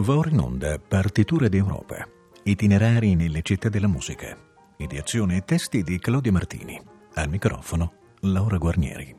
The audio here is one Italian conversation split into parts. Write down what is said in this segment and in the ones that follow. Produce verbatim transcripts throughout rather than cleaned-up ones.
Va ora in onda Partiture d'Europa, itinerari nelle città della musica. Ideazione e testi di Claudio Martini. Al microfono Laura Guarnieri.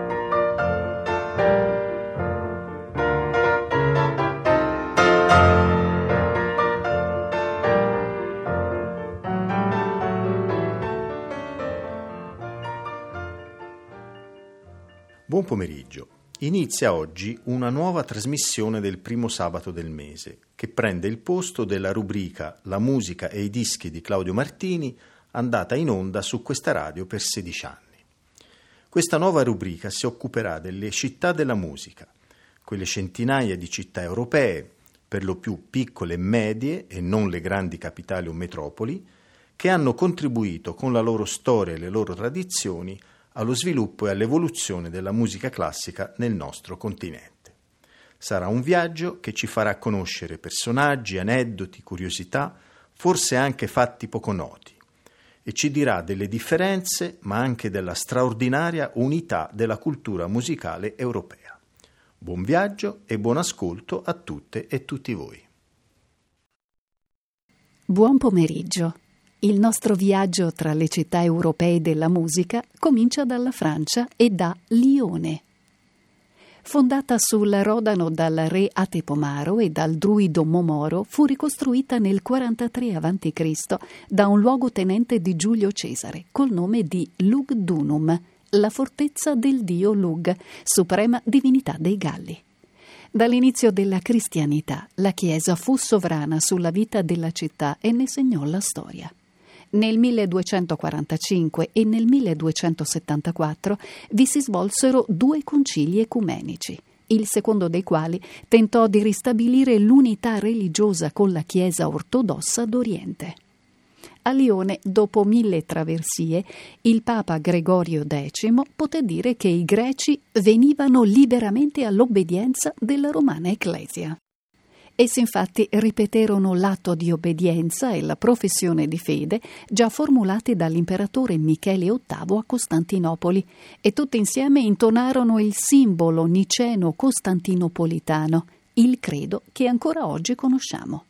Buon pomeriggio. Inizia oggi una nuova trasmissione del primo sabato del mese, che prende il posto della rubrica La musica e i dischi di Claudio Martini, andata in onda su questa radio per sedici anni. Questa nuova rubrica si occuperà delle città della musica, quelle centinaia di città europee, per lo più piccole e medie e non le grandi capitali o metropoli, che hanno contribuito con la loro storia e le loro tradizioni allo sviluppo e all'evoluzione della musica classica nel nostro continente. Sarà un viaggio che ci farà conoscere personaggi, aneddoti, curiosità, forse anche fatti poco noti, e ci dirà delle differenze, ma anche della straordinaria unità della cultura musicale europea. Buon viaggio e buon ascolto a tutte e tutti voi. Buon pomeriggio. Il nostro viaggio tra le città europee della musica comincia dalla Francia e da Lione. Fondata sul Rodano dal re Atepomaro e dal druido Momoro, fu ricostruita nel quarantatré avanti Cristo da un luogotenente di Giulio Cesare col nome di Lugdunum, la fortezza del dio Lug, suprema divinità dei Galli. Dall'inizio della cristianità, la Chiesa fu sovrana sulla vita della città e ne segnò la storia. Nel milleduecentoquarantacinque e nel milleduecentosettantaquattro vi si svolsero due concili ecumenici, il secondo dei quali tentò di ristabilire l'unità religiosa con la Chiesa ortodossa d'Oriente. A Lione, dopo mille traversie, il Papa Gregorio X poté dire che i greci venivano liberamente all'obbedienza della romana Ecclesia. Essi infatti ripeterono l'atto di obbedienza e la professione di fede già formulati dall'imperatore Michele ottavo a Costantinopoli e tutti insieme intonarono il simbolo niceno-costantinopolitano, il credo che ancora oggi conosciamo.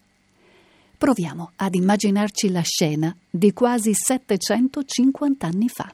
Proviamo ad immaginarci la scena di quasi settecentocinquanta anni fa.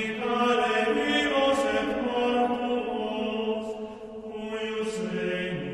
Say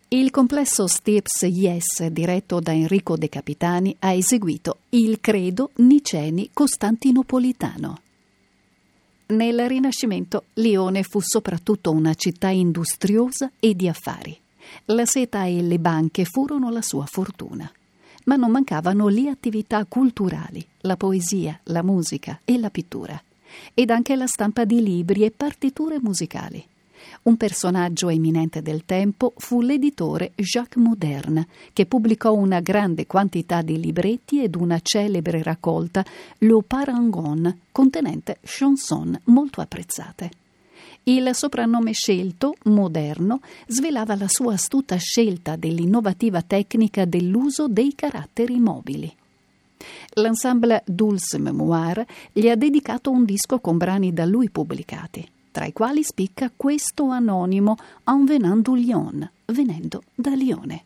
Il complesso Stips Yes, diretto da Enrico De Capitani, ha eseguito il credo niceni-costantinopolitano. Nel Rinascimento Lione fu soprattutto una città industriosa e di affari. La seta e le banche furono la sua fortuna, ma non mancavano le attività culturali, la poesia, la musica e la pittura, ed anche la stampa di libri e partiture musicali. Un personaggio eminente del tempo fu l'editore Jacques Moderne, che pubblicò una grande quantità di libretti ed una celebre raccolta, Le Parangon, contenente chanson molto apprezzate. Il soprannome scelto, Moderno, svelava la sua astuta scelta dell'innovativa tecnica dell'uso dei caratteri mobili. L'ensemble Dulce Mémoire gli ha dedicato un disco con brani da lui pubblicati, tra i quali spicca questo anonimo En venant du Lion, venendo da Lione.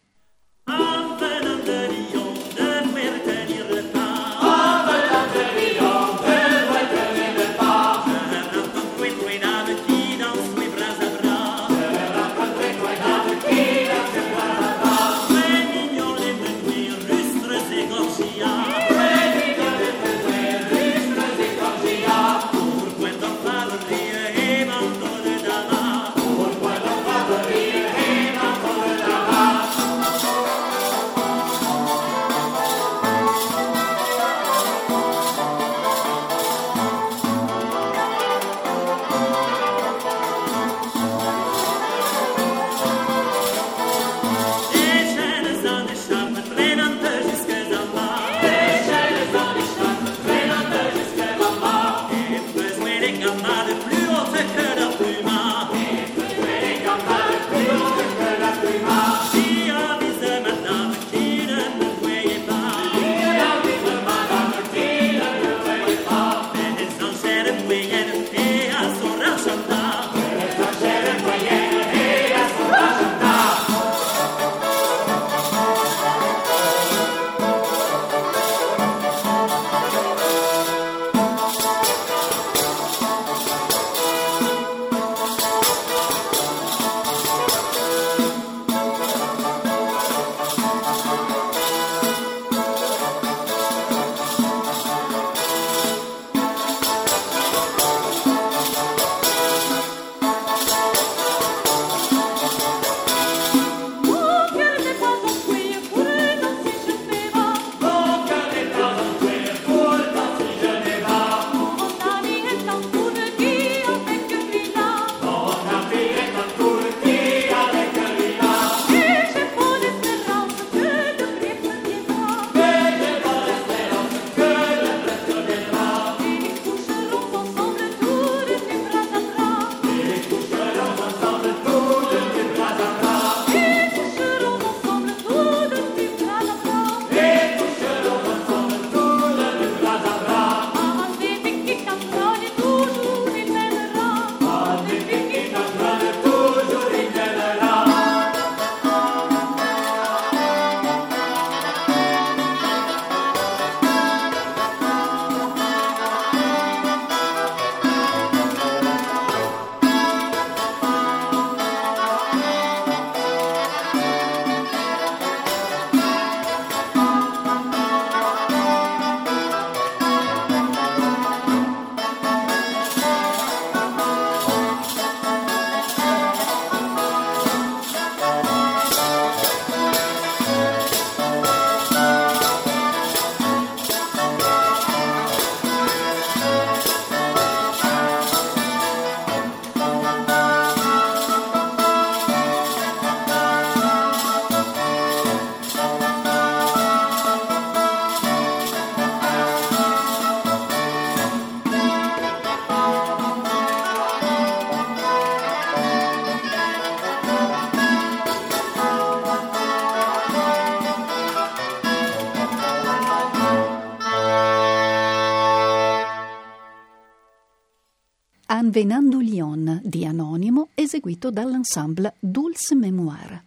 En venant du Lion di Anonimo, eseguito dall'ensemble Dulce Mémoire.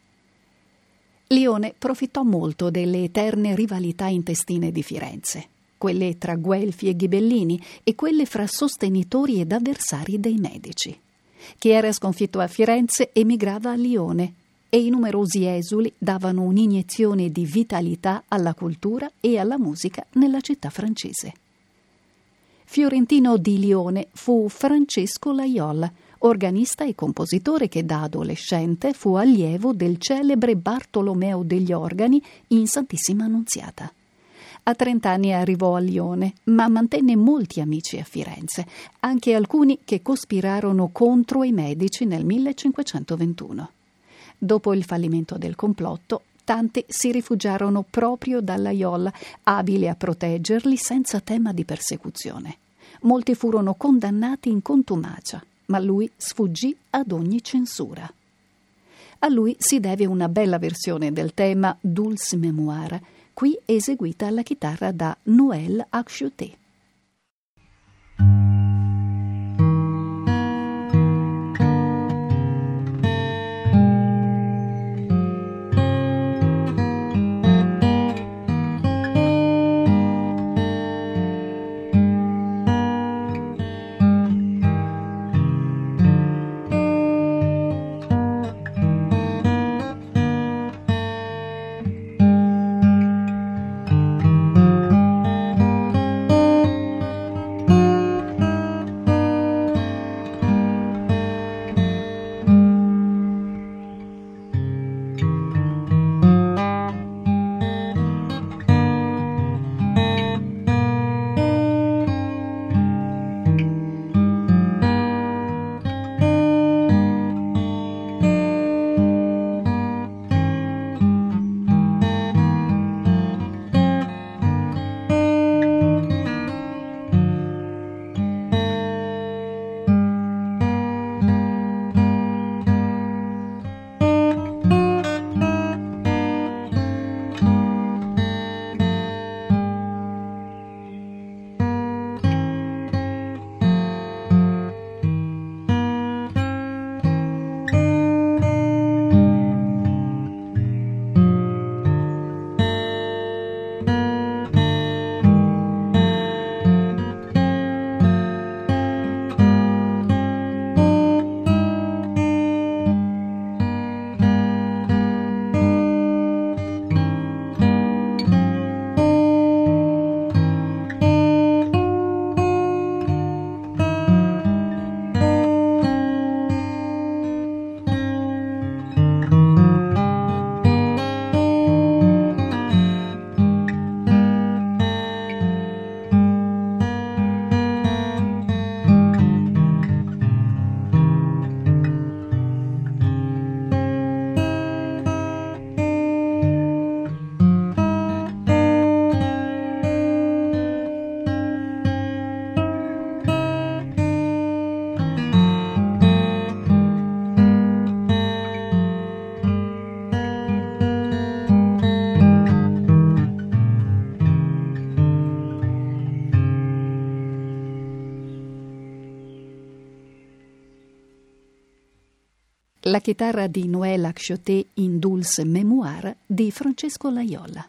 Lione profittò molto delle eterne rivalità intestine di Firenze, quelle tra Guelfi e Ghibellini e quelle fra sostenitori ed avversari dei Medici. Chi era sconfitto a Firenze emigrava a Lione e i numerosi esuli davano un'iniezione di vitalità alla cultura e alla musica nella città francese. Fiorentino di Lione fu Francesco Laiolle, organista e compositore che da adolescente fu allievo del celebre Bartolomeo degli Organi in Santissima Annunziata. A trent'anni arrivò a Lione, ma mantenne molti amici a Firenze, anche alcuni che cospirarono contro i Medici nel millecinquecentoventuno. Dopo il fallimento del complotto, tanti si rifugiarono proprio da Laiolle, abile a proteggerli senza tema di persecuzione. Molti furono condannati in contumacia, ma lui sfuggì ad ogni censura. A lui si deve una bella versione del tema Dulce Mémoire, qui eseguita alla chitarra da Noël Acheté. La chitarra di Noël Acheté in Dulce Mémoire di Francesco Laiolle.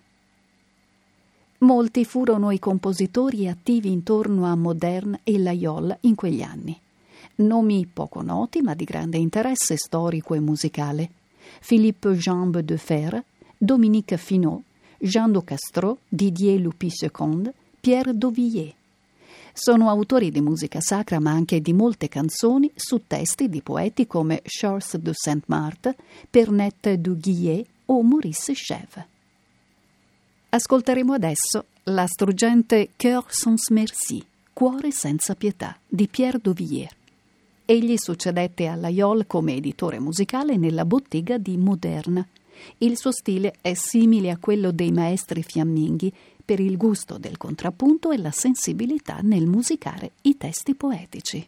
Molti furono i compositori attivi intorno a Modern e Laiolle in quegli anni. Nomi poco noti ma di grande interesse storico e musicale: Philippe Jambe de Fer, Dominique Finot, Jean de Castro, Didier Loupy-Seconde, Pierre Dovillier. Sono autori di musica sacra ma anche di molte canzoni su testi di poeti come Charles de Saint-Marthe, Pernette du Guillet o Maurice Chèvre. Ascolteremo adesso la struggente Cœur sans merci, Cuore senza pietà, di Pierre Dovillier. Egli succedette a Laiolle come editore musicale nella bottega di Moderne. Il suo stile è simile a quello dei maestri fiamminghi per il gusto del contrappunto e la sensibilità nel musicare i testi poetici.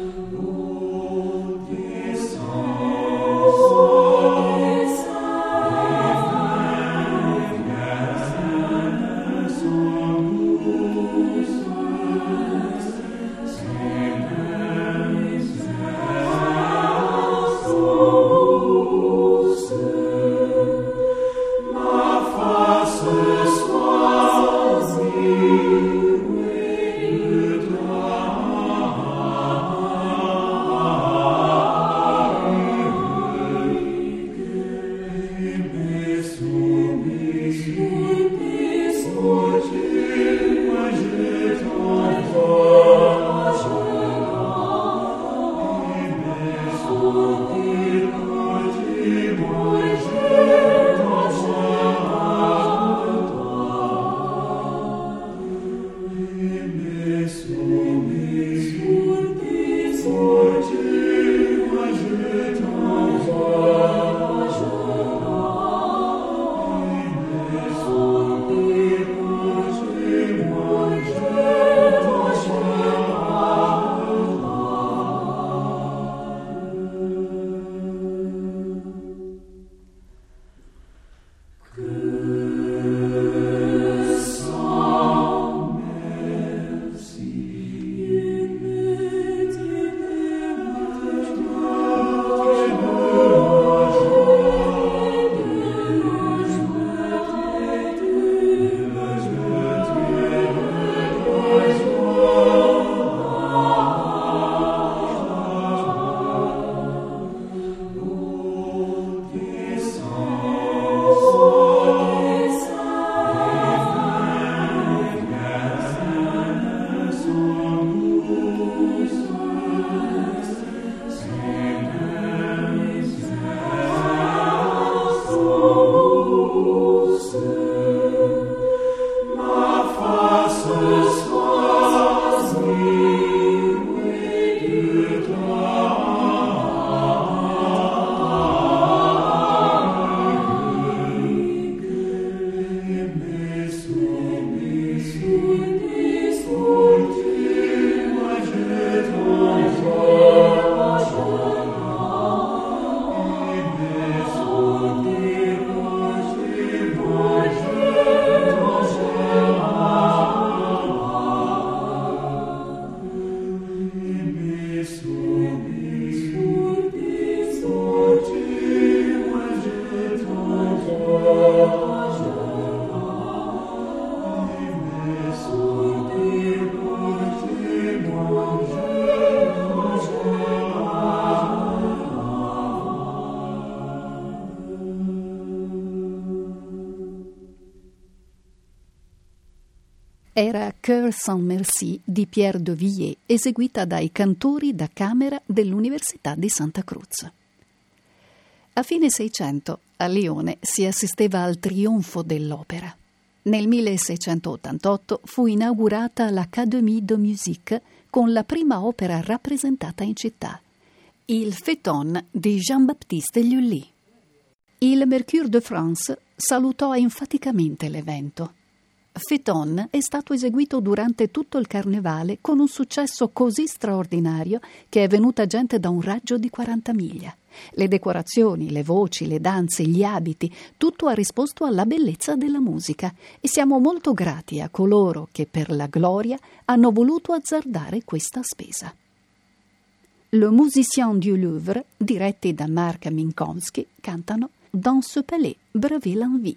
Oh, Era Cœur sans merci di Pierre de Villiers, eseguita dai cantori da camera dell'Università di Santa Cruz. A fine Seicento, a Lione, si assisteva al trionfo dell'opera. Nel milleseicentottantotto fu inaugurata l'Académie de Musique con la prima opera rappresentata in città, il Feuilleton di Jean-Baptiste Lully. Il Mercure de France salutò enfaticamente l'evento. Feuilleton è stato eseguito durante tutto il carnevale con un successo così straordinario che è venuta gente da un raggio di quaranta miglia. Le decorazioni, le voci, le danze, gli abiti, tutto ha risposto alla bellezza della musica e siamo molto grati a coloro che per la gloria hanno voluto azzardare questa spesa. Le Musiciens du Louvre, diretti da Marc Minkowski, cantano Dans ce palais, bravez l'envie.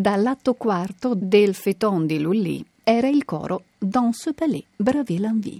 Dall'atto quarto del Feuilleton di Lully era il coro Dans ce palais bravait l'envie.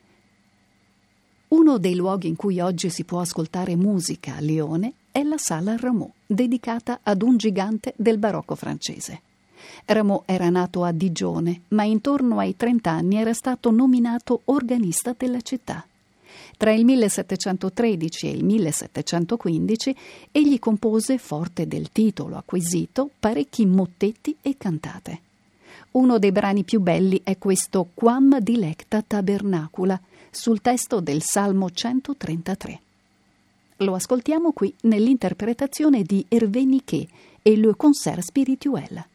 Uno dei luoghi in cui oggi si può ascoltare musica a Lione è la Sala Rameau, dedicata ad un gigante del barocco francese. Rameau era nato a Digione, ma intorno ai trenta anni era stato nominato organista della città. Tra il millesettecentotredici e il millesettecentoquindici egli compose, forte del titolo acquisito, parecchi mottetti e cantate. Uno dei brani più belli è questo Quam dilecta tabernacula, sul testo del Salmo centotrentatré. Lo ascoltiamo qui nell'interpretazione di Hervé Niquet e Le Concert Spirituel.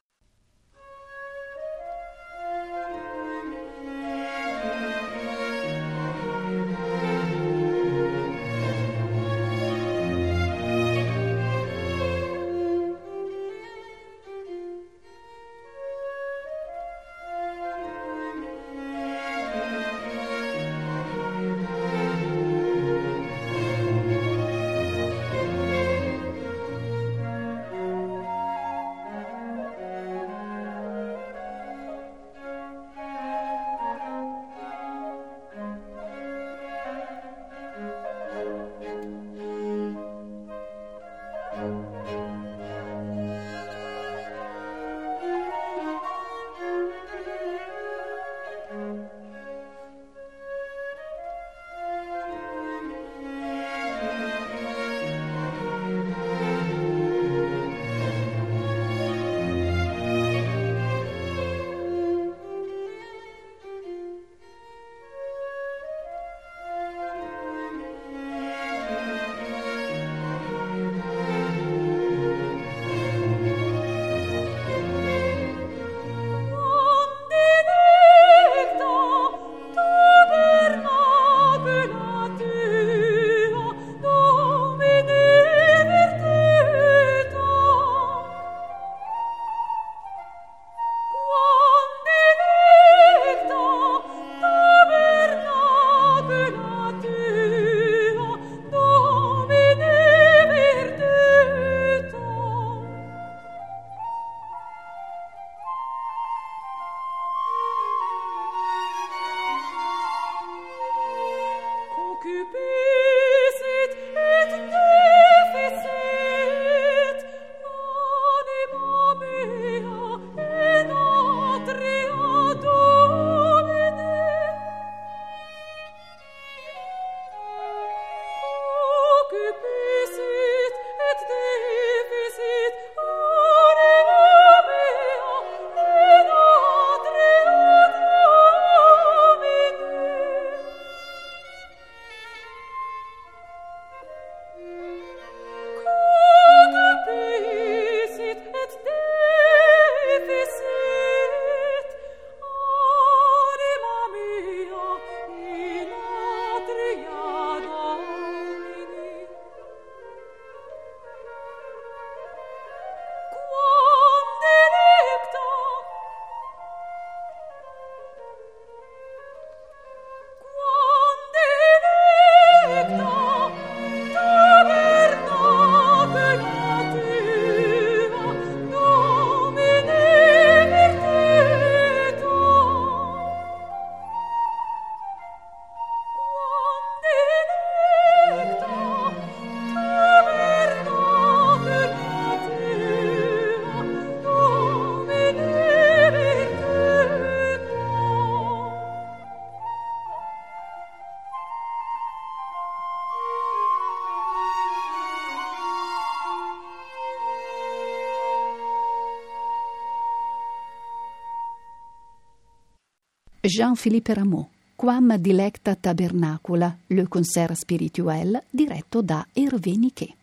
Jean-Philippe Rameau, Quam dilecta tabernacula, Le Concert Spirituel, diretto da Hervé Niquet.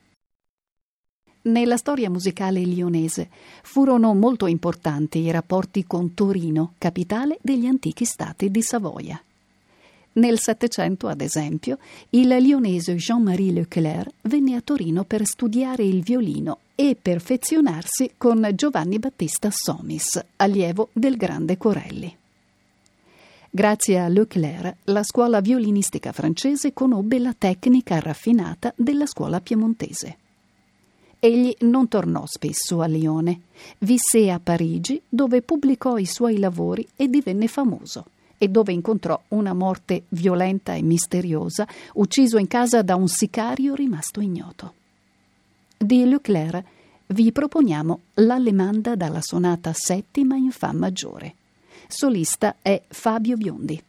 Nella storia musicale lionese furono molto importanti i rapporti con Torino, capitale degli antichi stati di Savoia. Nel Settecento, ad esempio, il lionese Jean-Marie Leclerc venne a Torino per studiare il violino e perfezionarsi con Giovanni Battista Somis, allievo del grande Corelli. Grazie a Leclerc, la scuola violinistica francese conobbe la tecnica raffinata della scuola piemontese. Egli non tornò spesso a Lione. Visse a Parigi, dove pubblicò i suoi lavori e divenne famoso, e dove incontrò una morte violenta e misteriosa, ucciso in casa da un sicario rimasto ignoto. Di Leclerc vi proponiamo l'Allemanda dalla sonata settima in fa maggiore. Solista è Fabio Biondi.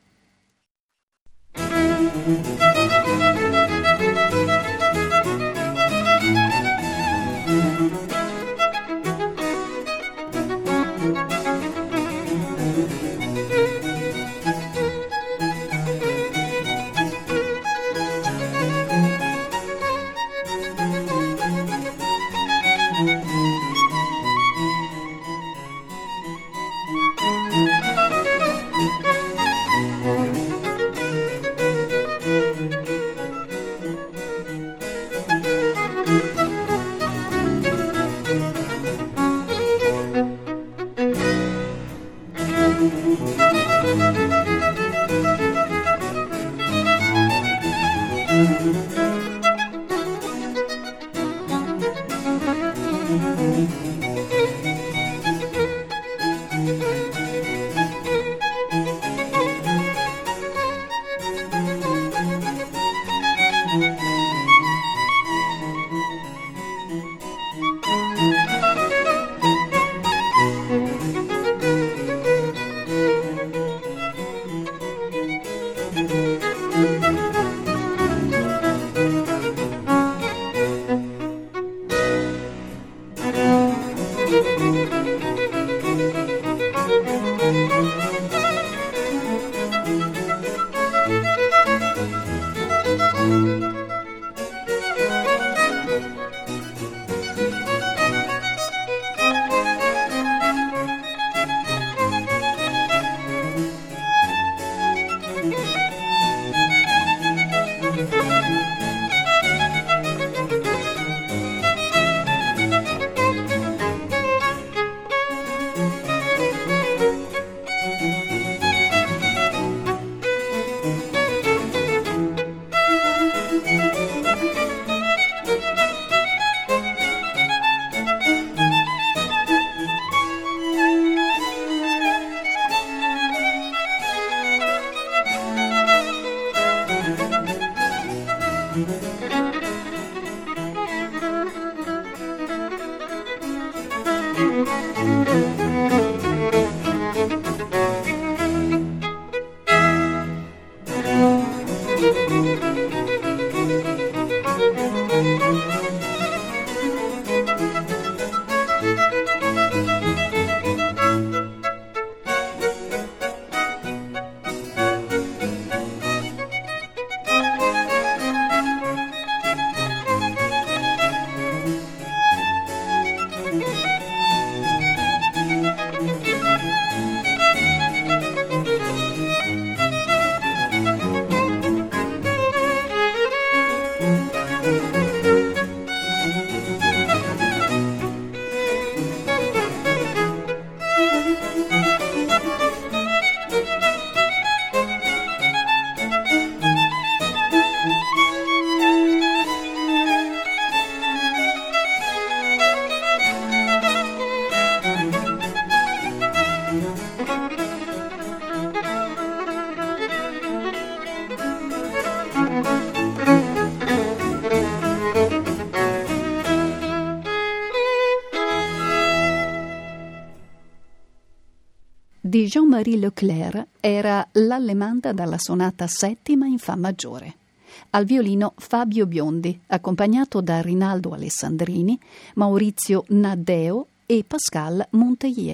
Di Jean-Marie Leclerc era l'Allemanda dalla sonata settima in fa maggiore. Al violino Fabio Biondi, accompagnato da Rinaldo Alessandrini, Maurizio Naddeo e Pascal Monteillier.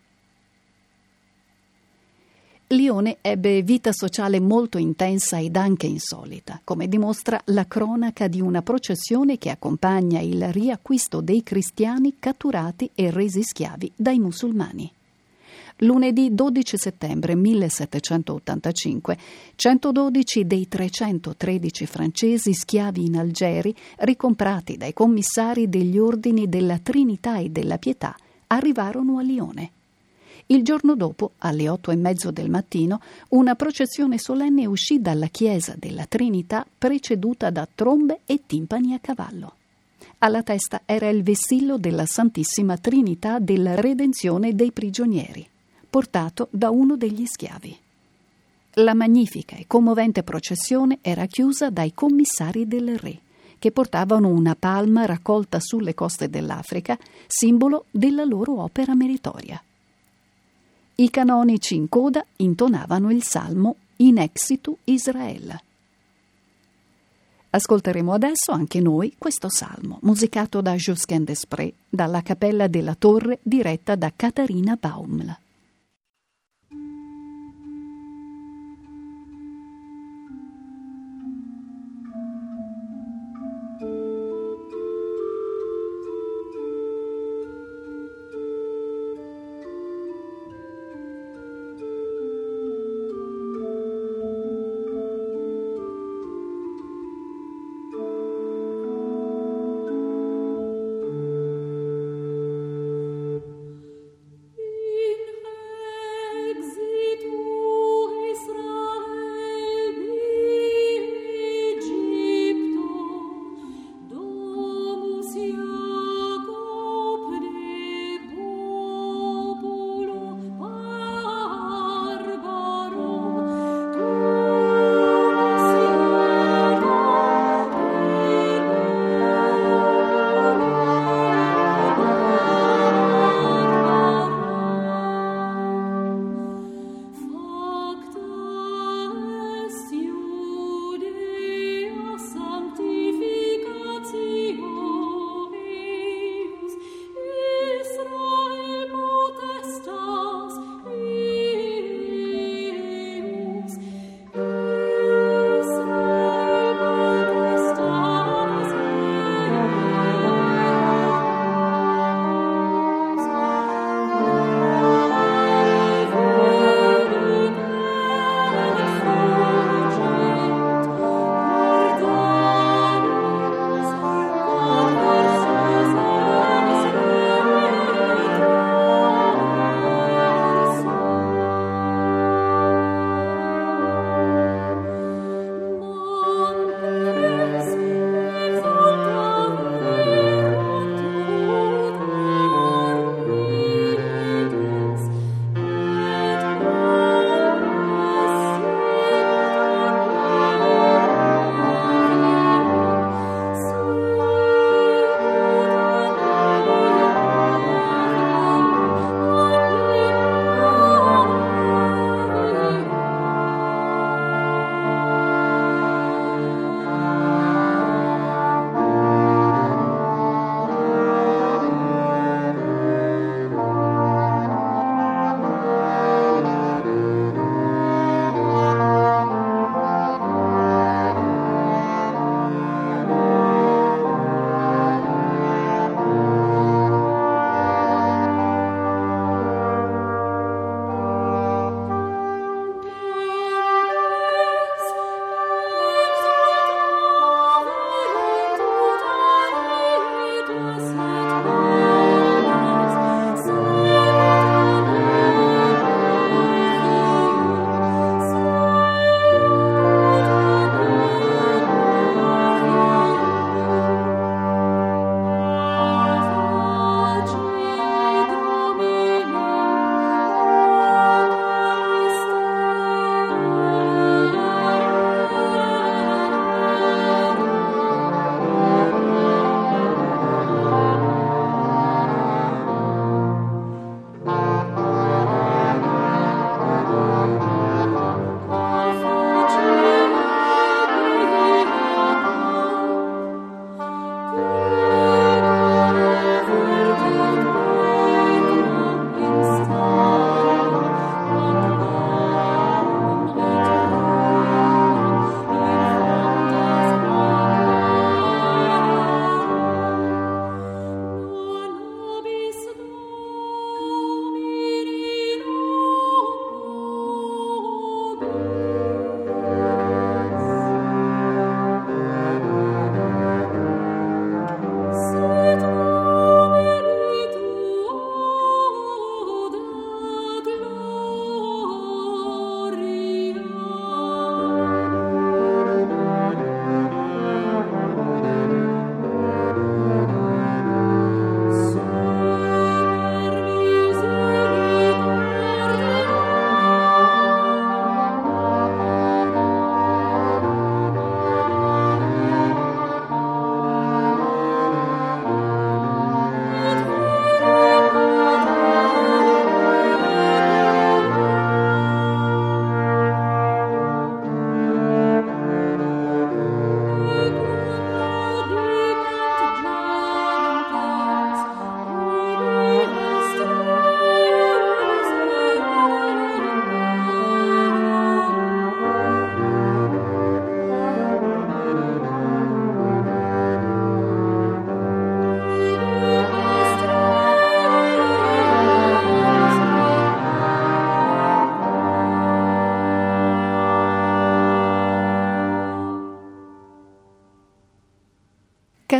Lione ebbe vita sociale molto intensa ed anche insolita, come dimostra la cronaca di una processione che accompagna il riacquisto dei cristiani catturati e resi schiavi dai musulmani. Lunedì dodici settembre millesettecentottantacinque, centododici dei trecentotredici francesi schiavi in Algeri, ricomprati dai commissari degli ordini della Trinità e della Pietà, arrivarono a Lione. Il giorno dopo, alle otto e mezzo del mattino, una processione solenne uscì dalla chiesa della Trinità preceduta da trombe e timpani a cavallo. Alla testa era il vessillo della Santissima Trinità della Redenzione dei prigionieri, portato da uno degli schiavi. La magnifica e commovente processione era chiusa dai commissari del re, che portavano una palma raccolta sulle coste dell'Africa, simbolo della loro opera meritoria. I canonici in coda intonavano il salmo In exitu Israel. Ascolteremo adesso anche noi questo salmo, musicato da Josquin Desprez, dalla Cappella della Torre, diretta da Katharina Bauml. In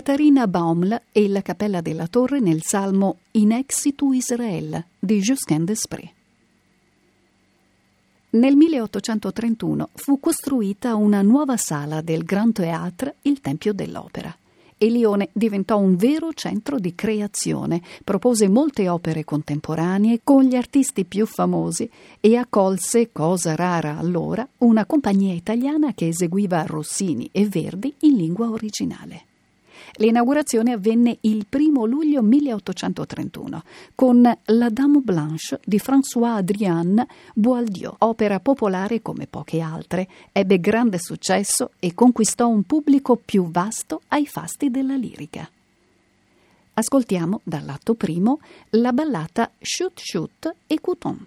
Katharina Bauml e la Cappella della Torre nel salmo In exitu Israel di Josquin des-Prez. Nel milleottocentotrentuno fu costruita una nuova sala del Grand Théâtre, il Tempio dell'Opera, e Lione diventò un vero centro di creazione, propose molte opere contemporanee con gli artisti più famosi e accolse, cosa rara allora, una compagnia italiana che eseguiva Rossini e Verdi in lingua originale. L'inaugurazione avvenne il primo luglio milleottocentotrentuno con La Dame Blanche di François-Adrien Boieldieu, opera popolare come poche altre, ebbe grande successo e conquistò un pubblico più vasto ai fasti della lirica. Ascoltiamo dall'atto primo la ballata Chut Chut Écoutons.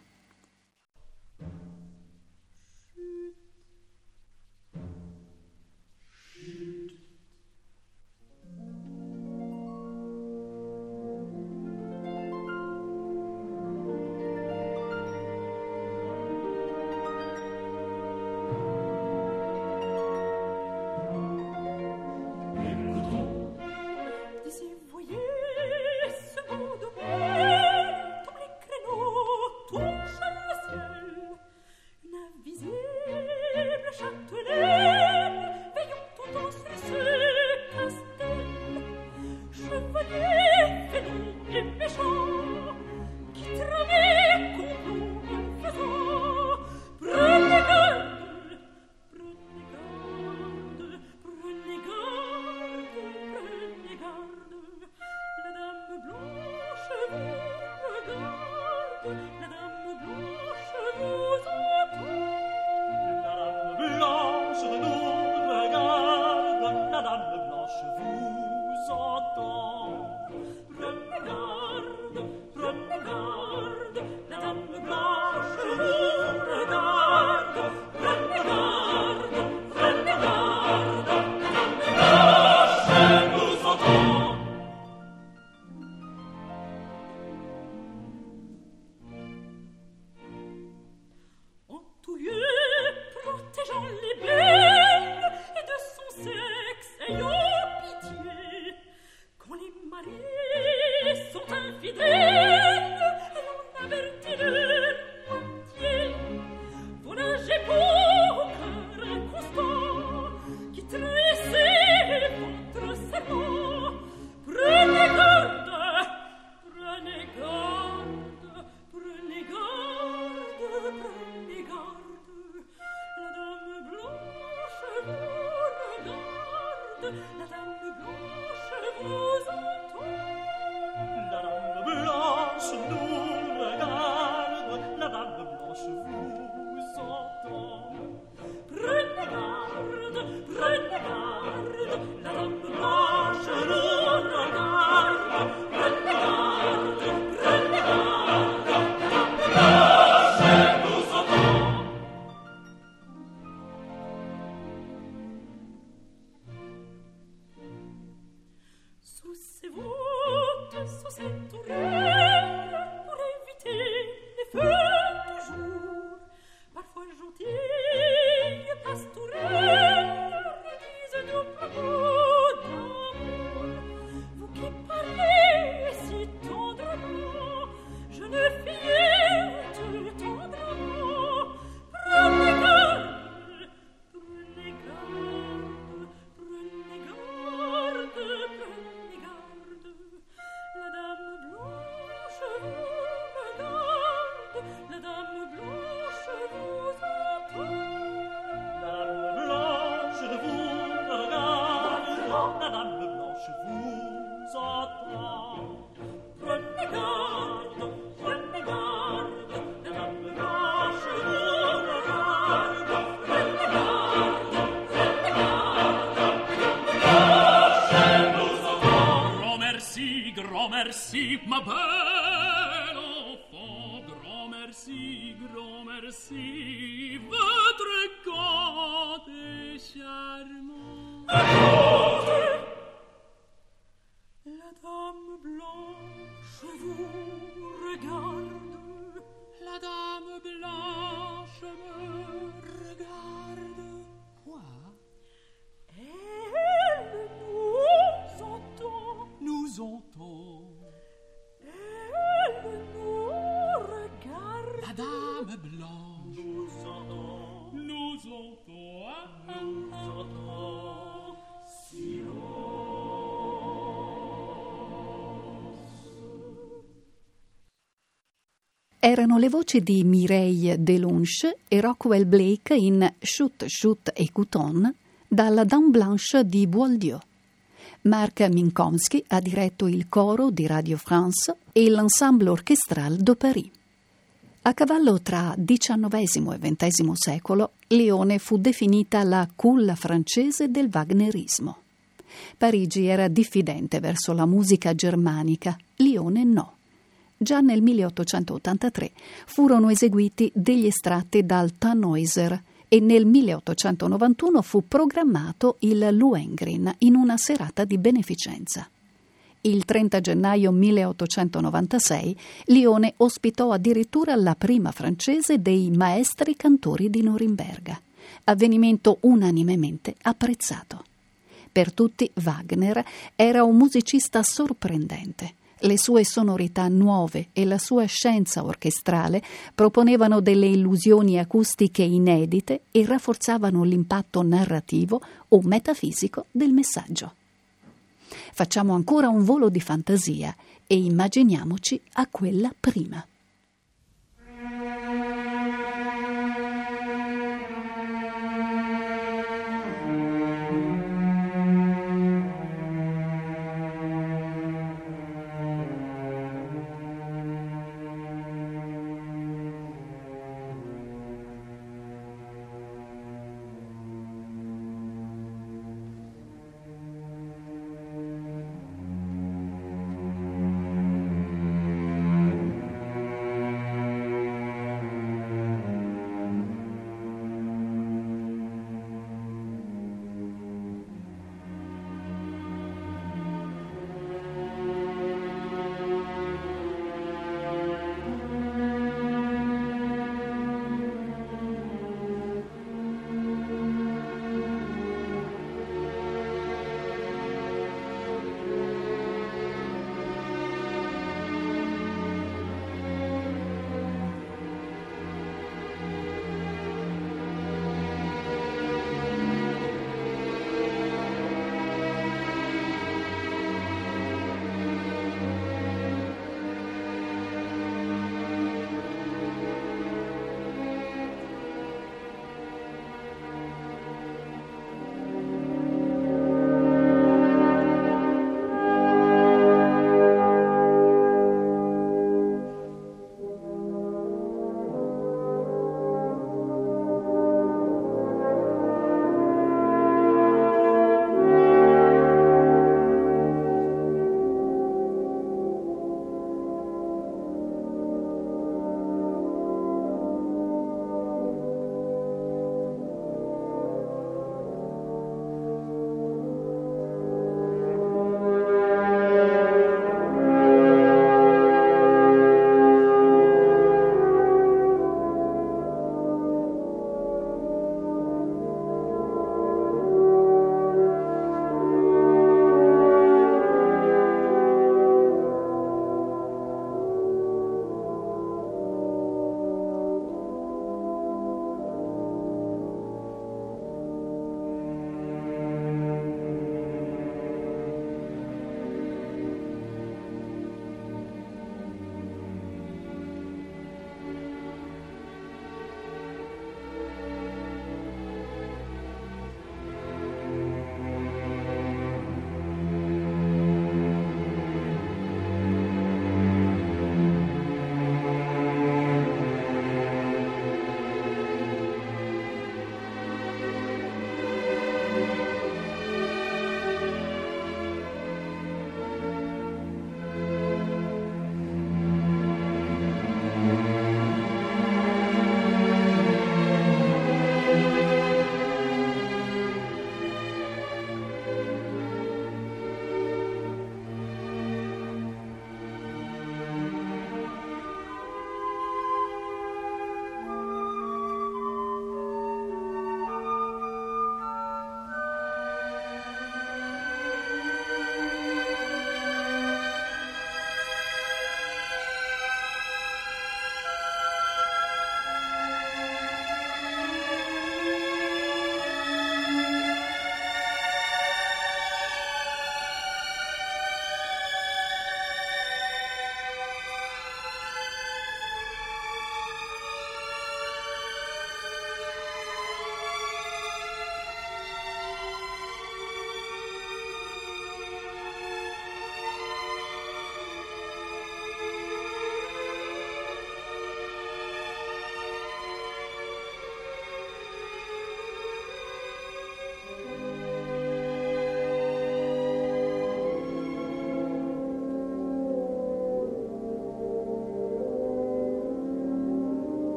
Merci, ma belle enfant, grand merci, grand merci, votre conte est charmant. La dame blanche vous regarde, la dame blanche me regarde. Quoi? Elle nous entend. entend. Elle nous regarde. La dame blanche nous entend. Nous entend. Nous entend. Silence. Erano le voci di Mireille Delonche e Rockwell Blake in Chut Chut Écoutons dalla Dame Blanche di Boieldieu. Marc Minkowski ha diretto il coro di Radio France e l'Ensemble Orchestral de Paris. A cavallo tra diciannovesimo e ventesimo secolo, Lione fu definita la culla francese del wagnerismo. Parigi era diffidente verso la musica germanica, Lione no. Già nel milleottocentottantatré furono eseguiti degli estratti dal Tannhäuser e nel milleottocentonovantuno fu programmato il Lohengrin in una serata di beneficenza. Il trenta gennaio milleottocentonovantasei Lione ospitò addirittura la prima francese dei maestri cantori di Norimberga, avvenimento unanimemente apprezzato. Per tutti Wagner era un musicista sorprendente. Le sue sonorità nuove e la sua scienza orchestrale proponevano delle illusioni acustiche inedite e rafforzavano l'impatto narrativo o metafisico del messaggio. Facciamo ancora un volo di fantasia e immaginiamoci a quella prima.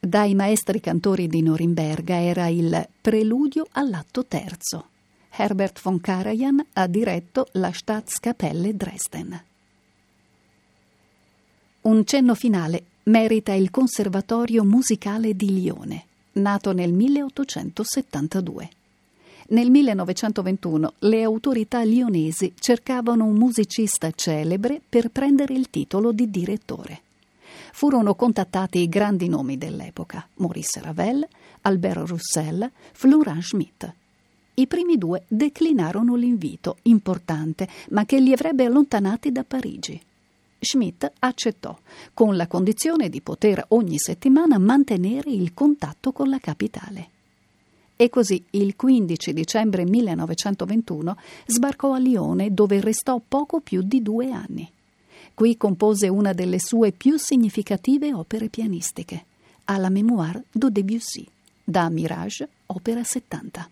Dai maestri cantori di Norimberga era il Preludio all'atto terzo. Herbert von Karajan ha diretto la Staatskapelle Dresden. Un cenno finale merita il Conservatorio Musicale di Lione, nato nel milleottocentosettantadue. Nel millenovecentoventuno le autorità lionesi cercavano un musicista celebre per prendere il titolo di direttore. Furono contattati i grandi nomi dell'epoca, Maurice Ravel, Albert Roussel, Florent Schmitt. I primi due declinarono l'invito, importante, ma che li avrebbe allontanati da Parigi. Schmitt accettò, con la condizione di poter ogni settimana mantenere il contatto con la capitale. E così il quindici dicembre millenovecentoventuno sbarcò a Lione, dove restò poco più di due anni. Qui compose una delle sue più significative opere pianistiche, à la mémoire de Debussy, da Mirage, opera settanta.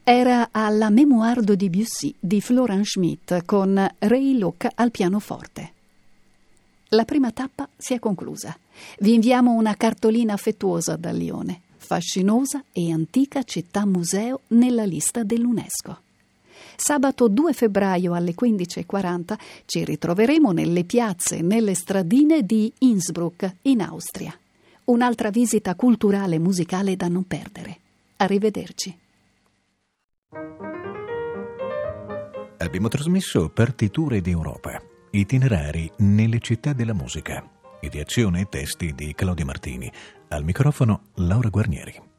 Era alla Mémoire de Debussy di Florent Schmitt con Ray Luke al pianoforte. La prima tappa si è conclusa. Vi inviamo una cartolina affettuosa da Lione, fascinosa e antica città museo nella lista dell'UNESCO. Sabato due febbraio alle quindici e quaranta ci ritroveremo nelle piazze e nelle stradine di Innsbruck, in Austria. Un'altra visita culturale e musicale da non perdere. Arrivederci. Abbiamo trasmesso Partiture d'Europa, itinerari nelle città della musica. Ideazione e testi di Claudio Martini. Al microfono Laura Guarnieri.